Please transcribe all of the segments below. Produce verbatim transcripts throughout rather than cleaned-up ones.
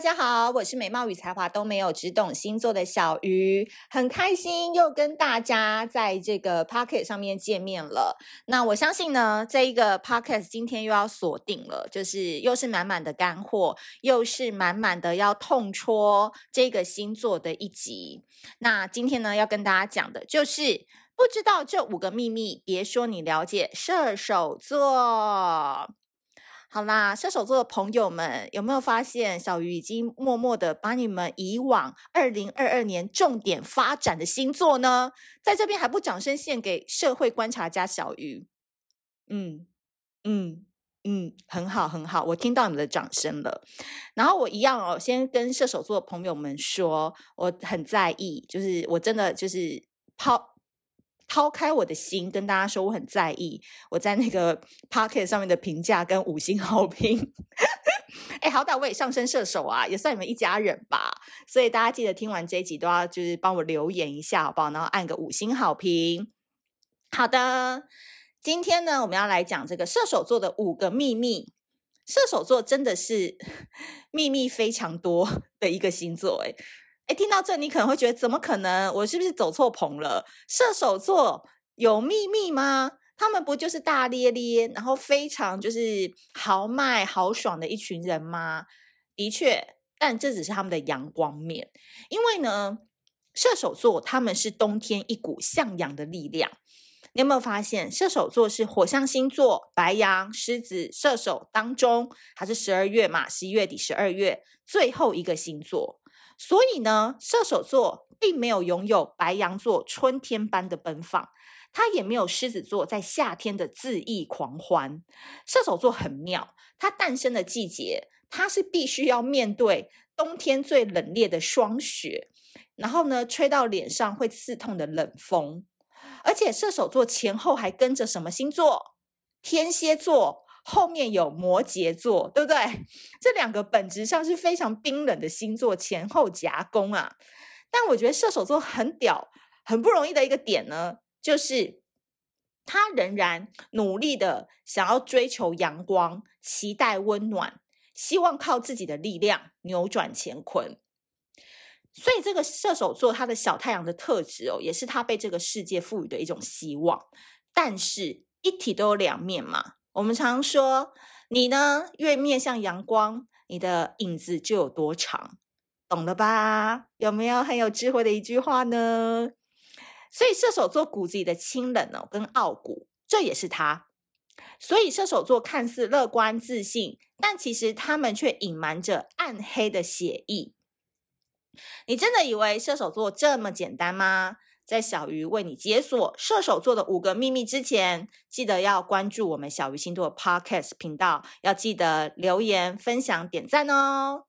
家好，我是美貌与才华都没有，只懂星座的小鱼，很开心又跟大家在这个 Podcast 上面见面了。那我相信呢，这一个 Podcast 今天又要锁定了，就是又是满满的干货，又是满满的要痛戳这个星座的一集。那今天呢，要跟大家讲的就是不知道这五个秘密，别说你了解射手座。好啦，射手座的朋友们，有没有发现小鱼已经默默的把你们以往二零二二年重点发展的星座呢，在这边还不掌声献给社会观察家小鱼？嗯嗯嗯，很好很好，我听到你们的掌声了。然后我一样哦，先跟射手座的朋友们说，我很在意，就是我真的就是抛抛开我的心跟大家说我很在意我在那个 Pocket 上面的评价跟五星好评哎，好歹我也上升射手啊，也算你们一家人吧，所以大家记得听完这一集都要就是帮我留言一下好不好，然后按个五星好评。好的，今天呢我们要来讲这个射手座的五个秘密。射手座真的是秘密非常多的一个星座诶哎，听到这你可能会觉得怎么可能？我是不是走错棚了？射手座有秘密吗？他们不就是大咧咧，然后非常就是豪迈豪爽的一群人吗？的确，但这只是他们的阳光面。因为呢，射手座他们是冬天一股向阳的力量。你有没有发现射手座是火象星座，白羊、狮子、射手当中，它是十二月嘛，十一月底十二月最后一个星座。所以呢，射手座并没有拥有白羊座春天般的奔放，它也没有狮子座在夏天的恣意狂欢。射手座很妙，它诞生的季节，它是必须要面对冬天最冷冽的霜雪，然后呢，吹到脸上会刺痛的冷风。而且射手座前后还跟着什么星座？天蝎座，后面有摩羯座，对不对？这两个本质上是非常冰冷的星座前后夹攻啊。但我觉得射手座很屌很不容易的一个点呢，就是他仍然努力的想要追求阳光，期待温暖，希望靠自己的力量扭转乾坤。所以这个射手座他的小太阳的特质哦，也是他被这个世界赋予的一种希望。但是一体都有两面嘛，我们常说你呢越面向阳光，你的影子就有多长，懂了吧？有没有很有智慧的一句话呢？所以射手座骨子里的清冷哦跟傲骨，这也是他。所以射手座看似乐观自信，但其实他们却隐瞒着暗黑的血意。你真的以为射手座这么简单吗？在小鱼为你解锁射手座的五个秘密之前，记得要关注我们小鱼星座的 Podcast 频道，要记得留言、分享、点赞哦。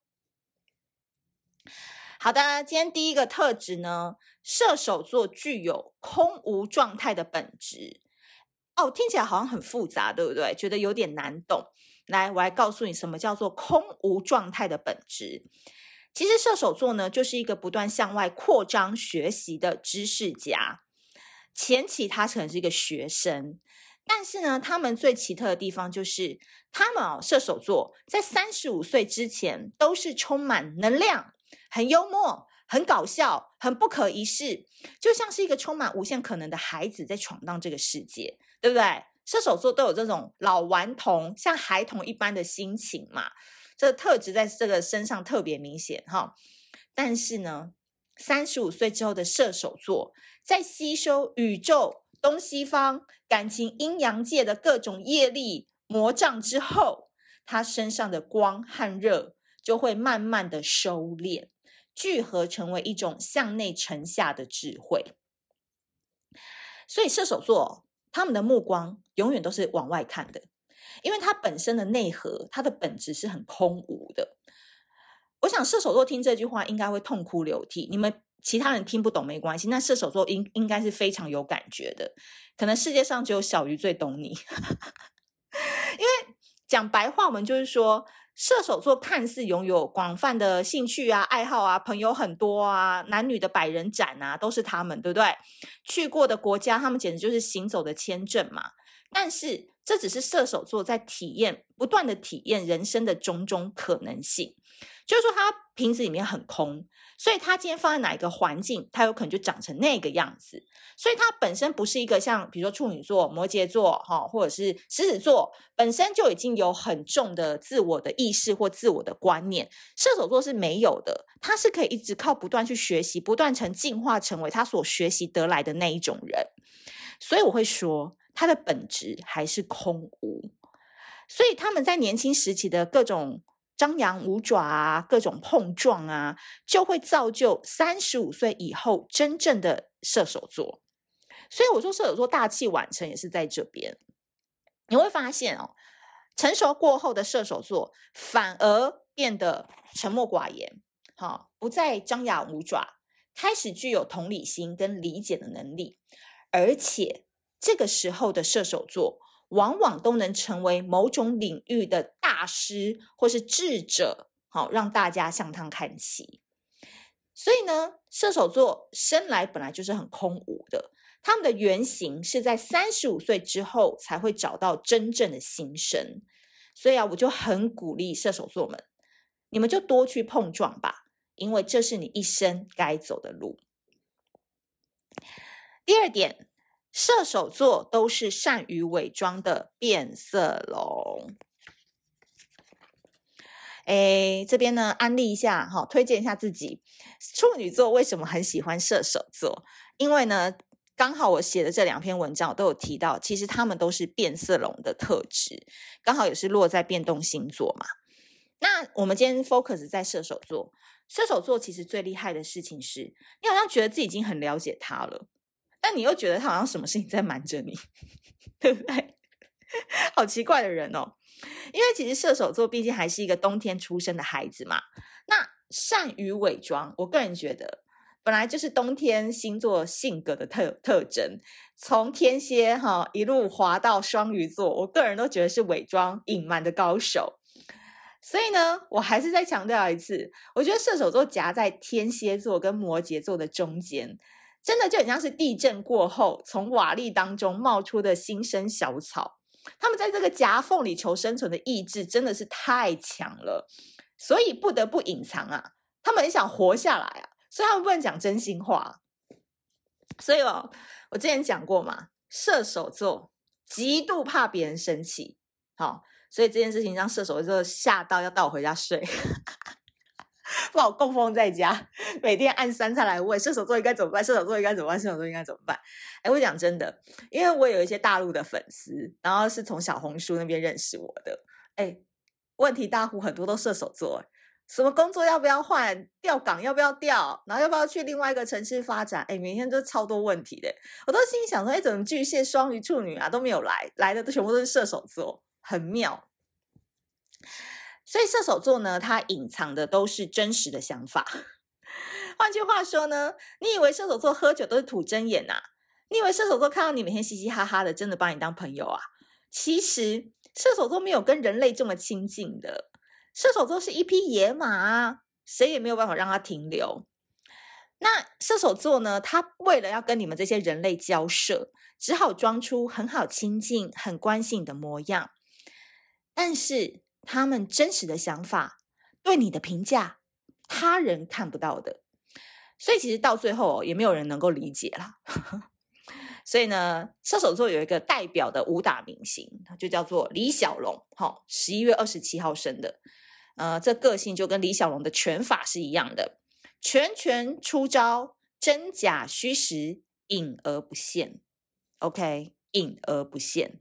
好的，今天第一个特质呢，射手座具有空无状态的本质。哦，听起来好像很复杂，对不对？觉得有点难懂。来，我来告诉你什么叫做空无状态的本质。其实射手座呢，就是一个不断向外扩张学习的知识家。前期他可能是一个学生，但是呢，他们最奇特的地方就是，他们哦，射手座在三十五岁之前都是充满能量、很幽默、很搞笑、很不可一世，就像是一个充满无限可能的孩子在闯荡这个世界，对不对？射手座都有这种老顽童，像孩童一般的心情嘛。这个特质在这个身上特别明显哈，但是呢，三十五岁之后的射手座，在吸收宇宙东西方感情阴阳界的各种业力魔障之后，他身上的光和热就会慢慢的收敛，聚合成为一种向内沉下的智慧。所以射手座他们的目光永远都是往外看的，因为它本身的内核，它的本质是很空无的。我想射手座听这句话应该会痛哭流涕，你们其他人听不懂没关系，那射手座应应该是非常有感觉的，可能世界上只有小鱼最懂你。因为讲白话，我们就是说，射手座看似拥有广泛的兴趣啊、爱好啊，朋友很多啊，男女的百人斩啊，都是他们，对不对？去过的国家，他们简直就是行走的签证嘛。 但是这只是射手座在体验，不断的体验人生的种种可能性。就是说他瓶子里面很空，所以他今天放在哪一个环境，他有可能就长成那个样子。所以他本身不是一个像比如说处女座、摩羯座或者是狮子座本身就已经有很重的自我的意识或自我的观念，射手座是没有的，他是可以一直靠不断去学习，不断成进化成为他所学习得来的那一种人。所以我会说他的本质还是空无。所以他们在年轻时期的各种张扬舞爪啊，各种碰撞啊，就会造就三十五岁以后真正的射手座。所以我说射手座大器晚成也是在这边。你会发现哦，成熟过后的射手座反而变得沉默寡言，好，不再张牙舞爪，开始具有同理心跟理解的能力。而且这个时候的射手座往往都能成为某种领域的大师或是智者，好，让大家向他看齐。所以呢，射手座生来本来就是很空无的，他们的原型是在三十五岁之后才会找到真正的新生。所以啊，我就很鼓励射手座们，你们就多去碰撞吧，因为这是你一生该走的路。第二点，射手座都是善于伪装的变色龙。诶，这边呢安利一下，好，推荐一下自己。处女座为什么很喜欢射手座？因为呢，刚好我写的这两篇文章我都有提到，其实他们都是变色龙的特质，刚好也是落在变动星座嘛。那我们今天 focus 在射手座，射手座其实最厉害的事情是，你好像觉得自己已经很了解他了，但你又觉得他好像什么事情在瞒着你，对不对？好奇怪的人哦。因为其实射手座毕竟还是一个冬天出生的孩子嘛，那善于伪装，我个人觉得本来就是冬天星座性格的特特征。从天蝎哈一路滑到双鱼座，我个人都觉得是伪装隐瞒的高手。所以呢，我还是再强调一次，我觉得射手座夹在天蝎座跟摩羯座的中间，真的就很像是地震过后从瓦砾当中冒出的新生小草。他们在这个夹缝里求生存的意志真的是太强了，所以不得不隐藏啊，他们很想活下来啊，所以他们不能讲真心话。所以哦，我之前讲过嘛，射手座极度怕别人生气，好，所以这件事情让射手座吓到要带我回家睡把我供奉在家，每天按三餐来问射手座应该怎么办，射手座应该怎么办，射手座应该怎么办。哎，我讲真的，因为我有一些大陆的粉丝，然后是从小红书那边认识我的，哎，问题大户很多都射手座，什么工作要不要换，调岗要不要调，然后要不要去另外一个城市发展，哎，每天都超多问题的。我都心里想说，哎，怎么巨蟹、双鱼、处女啊都没有来，来的都全部都是射手座，很妙。所以射手座呢，它隐藏的都是真实的想法。换句话说呢，你以为射手座喝酒都是吐真言啊？你以为射手座看到你每天嘻嘻哈哈的，真的把你当朋友啊？其实射手座没有跟人类这么亲近的，射手座是一匹野马啊，谁也没有办法让它停留。那射手座呢，他为了要跟你们这些人类交涉，只好装出很好亲近、很关心的模样，但是他们真实的想法，对你的评价，他人看不到的。所以其实到最后、哦、也没有人能够理解啦。所以呢，射手座有一个代表的武打明星，就叫做李小龙，十一月二十七号生的。呃，这个性就跟李小龙的拳法是一样的，拳拳出招，真假虚实，隐而不现。OK， 隐而不现。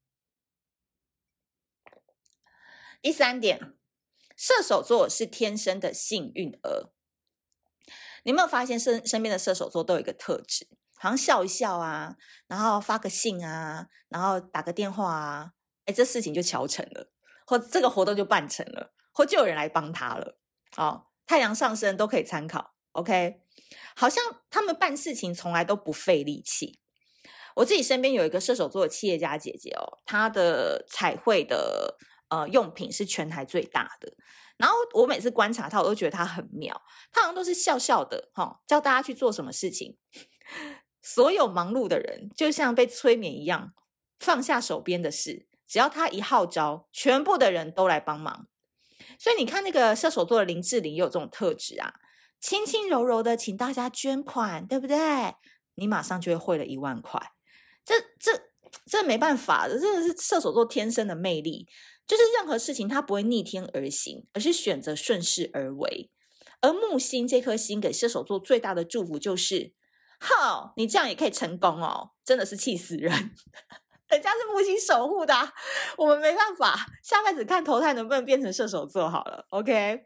第三点，射手座是天生的幸运儿。你有没有发现身身边的射手座都有一个特质，好像笑一笑啊，然后发个信啊，然后打个电话啊，哎，这事情就敲成了，或这个活动就办成了，或就有人来帮他了。哦，太阳上升都可以参考。OK， 好像他们办事情从来都不费力气。我自己身边有一个射手座的企业家姐姐哦，她的彩绘的呃用品是全台最大的。然后我每次观察她，我都觉得她很妙。她好像都是笑笑的，哦，叫大家去做什么事情，所有忙碌的人就像被催眠一样， 放下手边的事，只要他一号召，全部的人都来帮忙。所以你看那个射手座的林志玲也有这种特质啊，轻轻柔柔的请大家捐款，对不对？你马上就会汇了一万块。这这这没办法的，真的是射手座天生的魅力，就是任何事情他不会逆天而行，而是选择顺势而为。而木星这颗星给射手座最大的祝福就是，好，你这样也可以成功哦，真的是气死人。人家是木星守护的啊，我们没办法，下辈子看投胎能不能变成射手座好了 OK。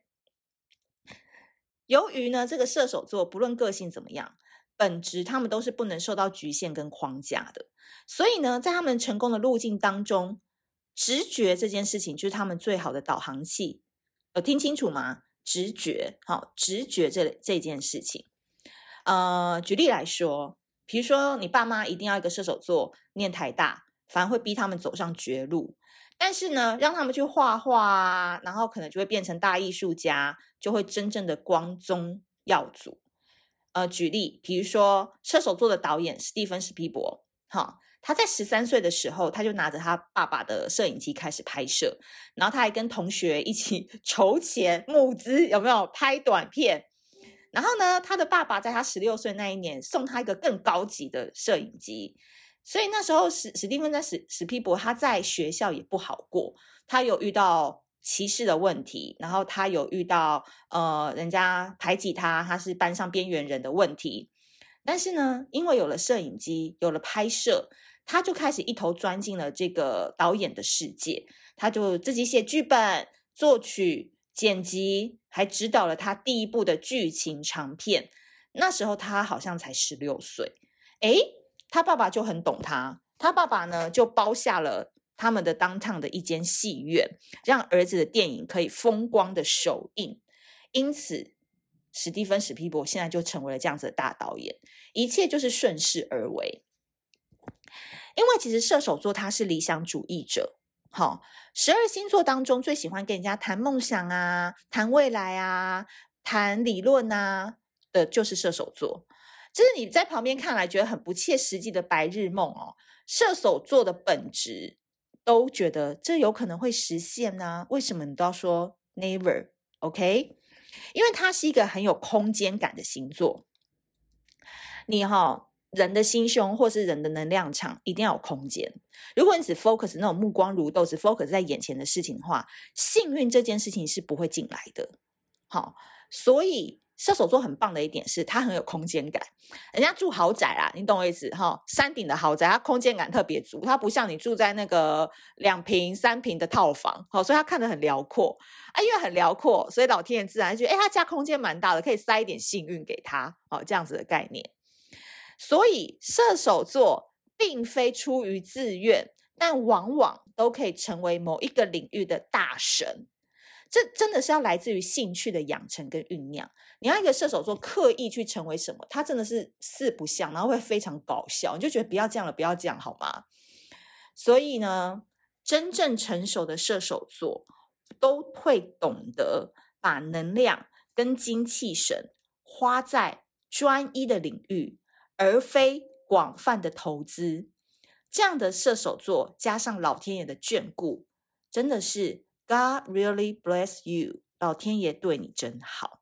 由于呢这个射手座不论个性怎么样，本质他们都是不能受到局限跟框架的，所以呢在他们成功的路径当中，直觉这件事情就是他们最好的导航器。有听清楚吗？直觉，好，直觉这这件事情。呃，举例来说，比如说你爸妈一定要一个射手座念台大，反而会逼他们走上绝路。但是呢，让他们去画画啊，然后可能就会变成大艺术家，就会真正的光宗耀祖。呃，举例，比如说射手座的导演史蒂芬·史皮伯，哈，他在十三岁的时候，他就拿着他爸爸的摄影机开始拍摄，然后他还跟同学一起筹钱募资，有没有拍短片？然后呢，他的爸爸在他十六岁那一年送他一个更高级的摄影机，所以那时候史史蒂芬在史史皮伯他在学校也不好过，他有遇到歧视的问题，然后他有遇到呃人家排挤他，他是班上边缘人的问题。但是呢，因为有了摄影机，有了拍摄，他就开始一头钻进了这个导演的世界，他就自己写剧本、作曲、剪辑，还指导了他第一部的剧情长片。那时候他好像才十六岁，诶，他爸爸就很懂他，他爸爸呢就包下了他们的 downtown 的一间戏院，让儿子的电影可以风光的首映。因此史蒂芬·史皮伯现在就成为了这样子的大导演，一切就是顺势而为。因为其实射手座他是理想主义者，好，十二星座当中最喜欢跟人家谈梦想啊、谈未来啊、谈理论啊的就是射手座。就是你在旁边看来觉得很不切实际的白日梦哦，射手座的本质都觉得这有可能会实现啊，为什么你都要说 never OK？ 因为它是一个很有空间感的星座。你哈、哦、人的心胸或是人的能量场一定要有空间，如果你只 focus 那种目光如豆，只 focus 在眼前的事情的话，幸运这件事情是不会进来的。好，所以射手座很棒的一点是他很有空间感，人家住豪宅啦，你懂我意思哈？山顶的豪宅，它空间感特别足，它不像你住在那个两坪三坪的套房，好，所以他看得很辽阔啊，因为很辽阔，所以老天爷自然觉得，哎，他家空间蛮大的，可以塞一点幸运给他，好，这样子的概念。所以射手座并非出于自愿，但往往都可以成为某一个领域的大神。这真的是要来自于兴趣的养成跟酝酿。你要一个射手座刻意去成为什么，他真的是四不像，然后会非常搞笑，你就觉得不要这样了，不要这样好吗？所以呢，真正成熟的射手座都会懂得把能量跟精气神花在专一的领域，而非广泛的投资。这样的射手座加上老天爷的眷顾，真的是God really bless you， 老天爷对你真好。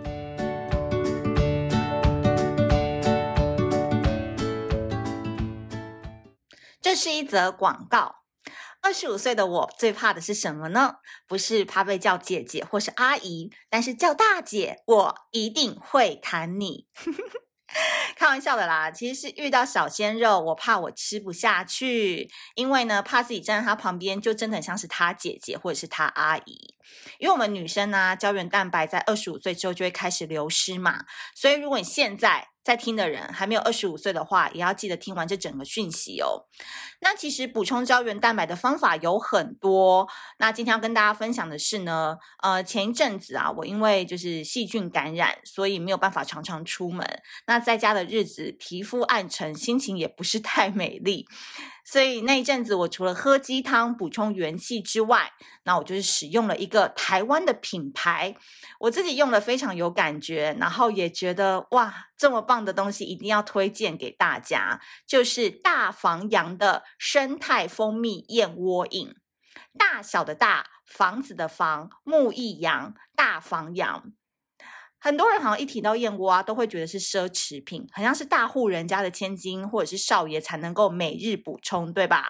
这是一则广告。二十五岁的我最怕的是什么呢？不是怕被叫姐姐或是阿姨，但是叫大姐，我一定会弹你。开玩笑的啦，其实是遇到小鲜肉，我怕我吃不下去，因为呢，怕自己站在他旁边就真的很像是他姐姐或者是他阿姨。因为我们女生呢，胶原蛋白在二十五岁之后就会开始流失嘛，所以如果你现在在听的人还没有二十五岁的话，也要记得听完这整个讯息哦。那其实补充胶原蛋白的方法有很多，那今天要跟大家分享的是呢，呃，前一阵子啊，我因为就是细菌感染，所以没有办法常常出门，那在家的日子皮肤暗沉，心情也不是太美丽。 所以那一阵子我除了喝鸡汤补充元气之外，那我就是使用了一个台湾的品牌，我自己用了非常有感觉，然后也觉得哇，这么棒的东西一定要推荐给大家，就是大房阳的生态蜂蜜燕窝饮。大小的大，房子的房，木易阳，大房阳。很多人好像一提到燕窝啊，都会觉得是奢侈品，好像是大户人家的千金或者是少爷才能够每日补充，对吧？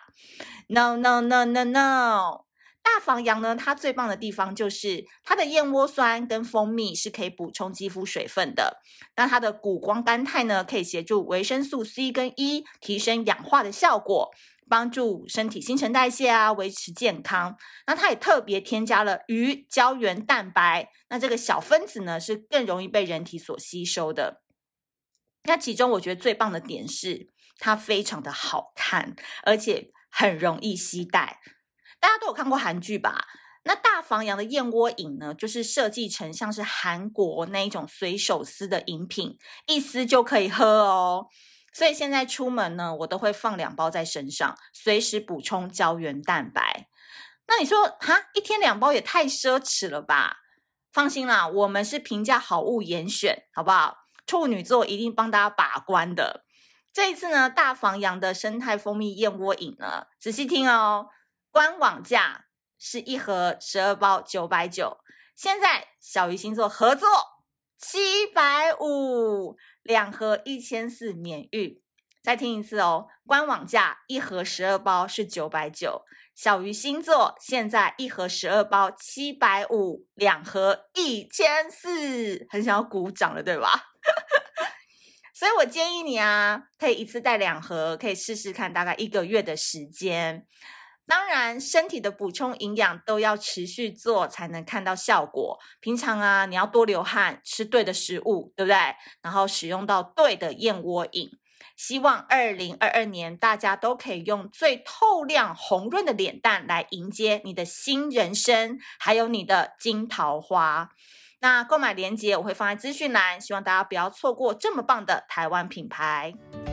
No No No No No， 大房阳呢，它最棒的地方就是它的燕窝酸跟蜂蜜是可以补充肌肤水分的，那它的谷胱甘肽呢，可以协助维生素 C 跟 E 提升氧化的效果，帮助身体新陈代谢啊，维持健康。那它也特别添加了鱼胶原蛋白，那这个小分子呢是更容易被人体所吸收的。那其中我觉得最棒的点是它非常的好看，而且很容易携带。大家都有看过韩剧吧？那大房阳的燕窝饮呢，就是设计成像是韩国那一种随手撕的饮品，一撕就可以喝哦。所以现在出门呢，我都会放两包在身上，随时补充胶原蛋白。那你说哈，一天两包也太奢侈了吧？放心啦，我们是平价好物严选，好不好？处女座一定帮大家把关的。这一次呢，大房阳的生态蜂蜜燕窝饮呢，仔细听哦，官网价是一盒十二包九百九，现在小鱼星座合作七百五，两盒一千四免运。再听一次哦，官网价一盒十二包是九百九，小鱼星座现在一盒十二包七百五，两盒一千四，很想要鼓掌了，对吧？所以我建议你啊，可以一次带两盒，可以试试看，大概一个月的时间。当然，身体的补充营养都要持续做，才能看到效果。平常啊，你要多流汗，吃对的食物，对不对？然后使用到对的燕窝饮。希望二零二二年大家都可以用最透亮红润的脸蛋来迎接你的新人生，还有你的金桃花。那购买链接我会放在资讯栏，希望大家不要错过这么棒的台湾品牌。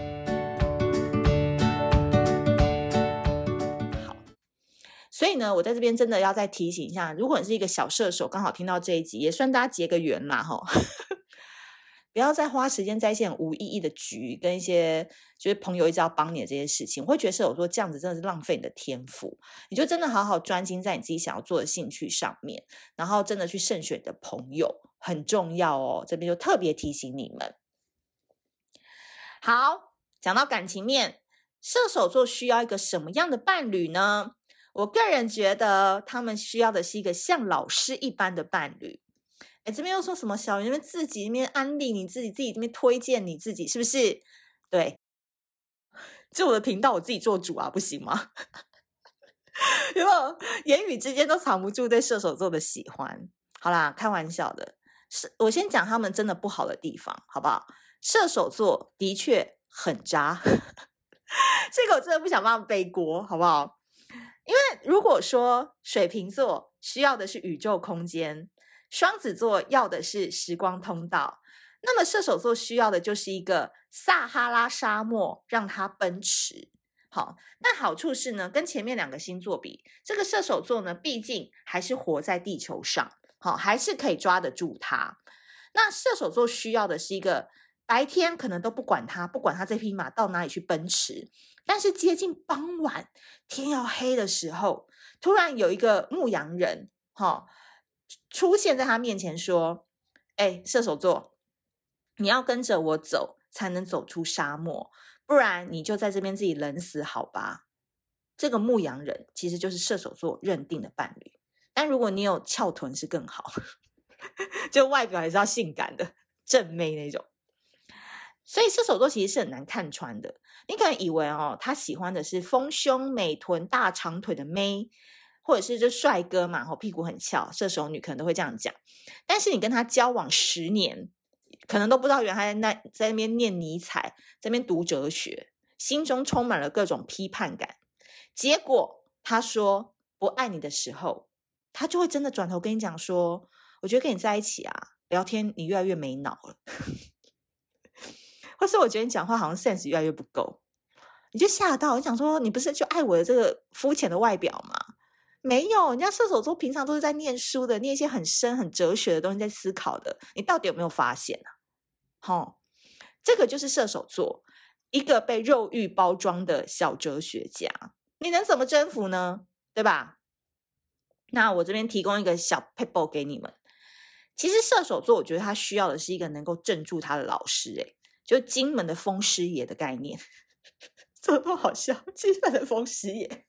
好，所以呢，我在这边真的要再提醒一下，如果你是一个小射手，刚好听到这一集，也算大家结个缘啦齁。不要再花时间在一些无意义的局，跟一些就是朋友一直要帮你的这些事情，我会觉得射手座这样子真的是浪费你的天赋。你就真的好好专心在你自己想要做的兴趣上面，然后真的去慎选你的朋友，很重要哦。这边就特别提醒你们。好，讲到感情面，射手座需要一个什么样的伴侣呢？我个人觉得他们需要的是一个像老师一般的伴侣。哎，这边又说什么小鱼那边自己那边安利你自己，自己这边推荐你自己，是不是？对，这我的频道我自己做主啊，不行吗？有没有言语之间都藏不住对射手座的喜欢？好啦，开玩笑的，是我先讲他们真的不好的地方，好不好？射手座的确很渣，这个我真的不想帮他们背锅，好不好？因为如果说水瓶座需要的是宇宙空间，双子座要的是时光通道，那么射手座需要的就是一个撒哈拉沙漠让它奔驰。好，那好处是呢，跟前面两个星座比，这个射手座呢，毕竟还是活在地球上，好，还是可以抓得住它。那射手座需要的是一个白天可能都不管它，不管它这匹马到哪里去奔驰，但是接近傍晚天要黑的时候，突然有一个牧羊人，好，出现在他面前说，哎，射手座，你要跟着我走才能走出沙漠，不然你就在这边自己冷死好吧。这个牧羊人其实就是射手座认定的伴侣，但如果你有翘臀是更好，就外表也是要性感的正妹那种。所以射手座其实是很难看穿的，你可能以为哦，他喜欢的是丰胸美臀大长腿的妹，或者是就帅哥嘛，屁股很翘，射手女可能都会这样讲。但是你跟他交往十年，可能都不知道原来那在那边念尼采，在那边读哲学，心中充满了各种批判感。结果他说不爱你的时候，他就会真的转头跟你讲说，我觉得跟你在一起啊，聊天你越来越没脑了。或是我觉得你讲话好像 sense 越来越不够。 你就吓到，你想说你不是就爱我的这个肤浅的外表吗？没有，人家射手座平常都是在念书的，念一些很深很哲学的东西，在思考的，你到底有没有发现啊？齁，这个就是射手座，一个被肉欲包装的小哲学家，你能怎么征服呢？对吧？那我这边提供一个小 pebble 给你们。其实射手座我觉得他需要的是一个能够镇住他的老师，诶，就是金门的风师爷的概念。怎么那么好笑？金门的风师爷。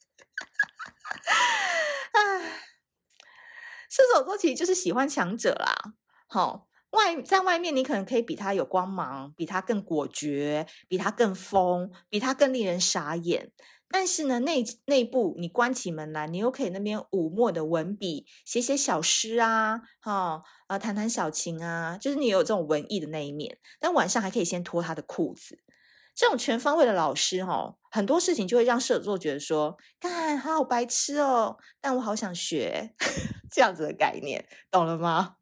射手座其实就是喜欢强者啦。齁，外在外面你可能可以比他有光芒，比他更果决，比他更疯，比他更令人傻眼。但是呢，内内部你关起门来，你又可以那边武墨的文笔，写写小诗啊，齁，呃，弹弹小琴啊，就是你有这种文艺的那一面。但晚上还可以先脱他的裤子。这种全方位的老师齁，很多事情就会让射手座觉得说，干，他好白痴哦，但我好想学。这样子的概念，懂了吗？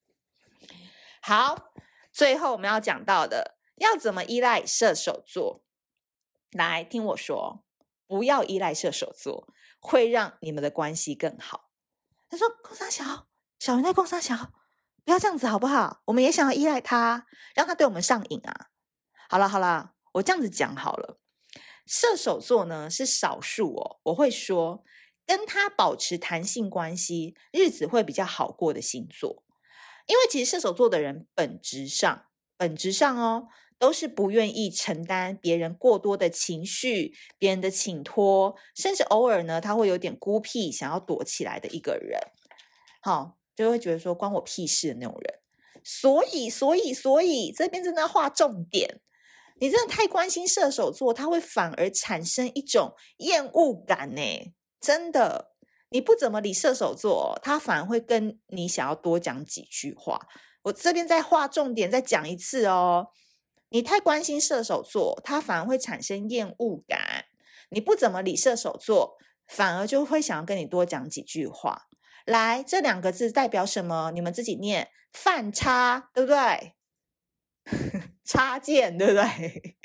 好，最后我们要讲到的，要怎么依赖射手座？来听我说，不要依赖射手座，会让你们的关系更好。他说公三小，小云在公三小，不要这样子好不好？我们也想要依赖他，让他对我们上瘾啊。好了好了，我这样子讲好了。射手座呢是少数哦，我会说跟他保持弹性关系，日子会比较好过的星座。因为其实射手座的人本质上，本质上哦，都是不愿意承担别人过多的情绪，别人的请托，甚至偶尔呢，他会有点孤僻，想要躲起来的一个人。好，就会觉得说关我屁事的那种人。所以，所以，所以这边真的要划重点。你真的太关心射手座，他会反而产生一种厌恶感呢，真的。你不怎么理射手座，他反而会跟你想要多讲几句话。我这边再划重点，再讲一次哦。你太关心射手座，他反而会产生厌恶感。你不怎么理射手座，反而就会想要跟你多讲几句话。来，这两个字代表什么？你们自己念，反差，对不对？插件，对不对？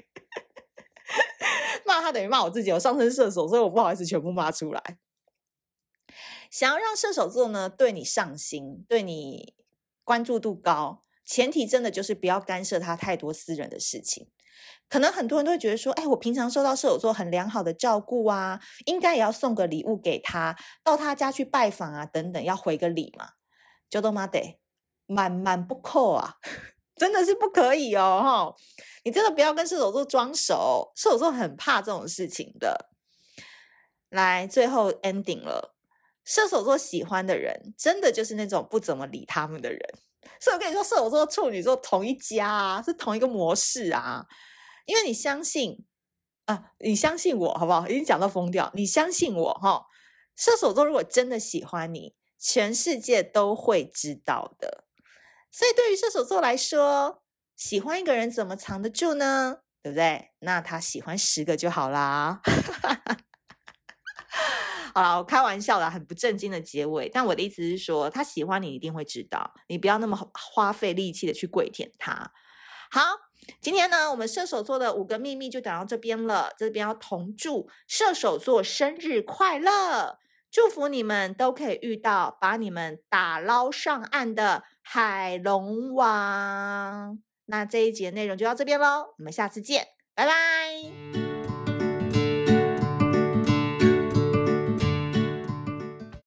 骂他等于骂我自己，我上升射手，所以我不好意思全部骂出来。想要让射手座呢对你上心，对你关注度高，前提真的就是不要干涉他太多私人的事情。可能很多人都会觉得说，哎，我平常受到射手座很良好的照顾啊，应该也要送个礼物给他，到他家去拜访啊，等等，要回个礼嘛。就都妈得满满不扣啊，真的是不可以哦，你真的不要跟射手座装熟，射手座很怕这种事情的。来，最后 ending 了。射手座喜欢的人，真的就是那种不怎么理他们的人。所以我跟你说，射手座、处女座同一家啊，是同一个模式啊。因为你相信啊，你相信我好不好？已经讲到疯掉，你相信我哈。射手座如果真的喜欢你，全世界都会知道的。所以对于射手座来说，喜欢一个人怎么藏得住呢？对不对？那他喜欢十个就好啦。好啦，我开玩笑啦，很不正经的结尾。但我的意思是说，他喜欢你一定会知道，你不要那么花费力气的去跪舔他。好，今天呢，我们射手座的五个秘密就讲到这边了。这边要同祝射手座生日快乐，祝福你们都可以遇到把你们打捞上岸的海龙王。那这一集的内容就到这边咯，我们下次见，拜拜。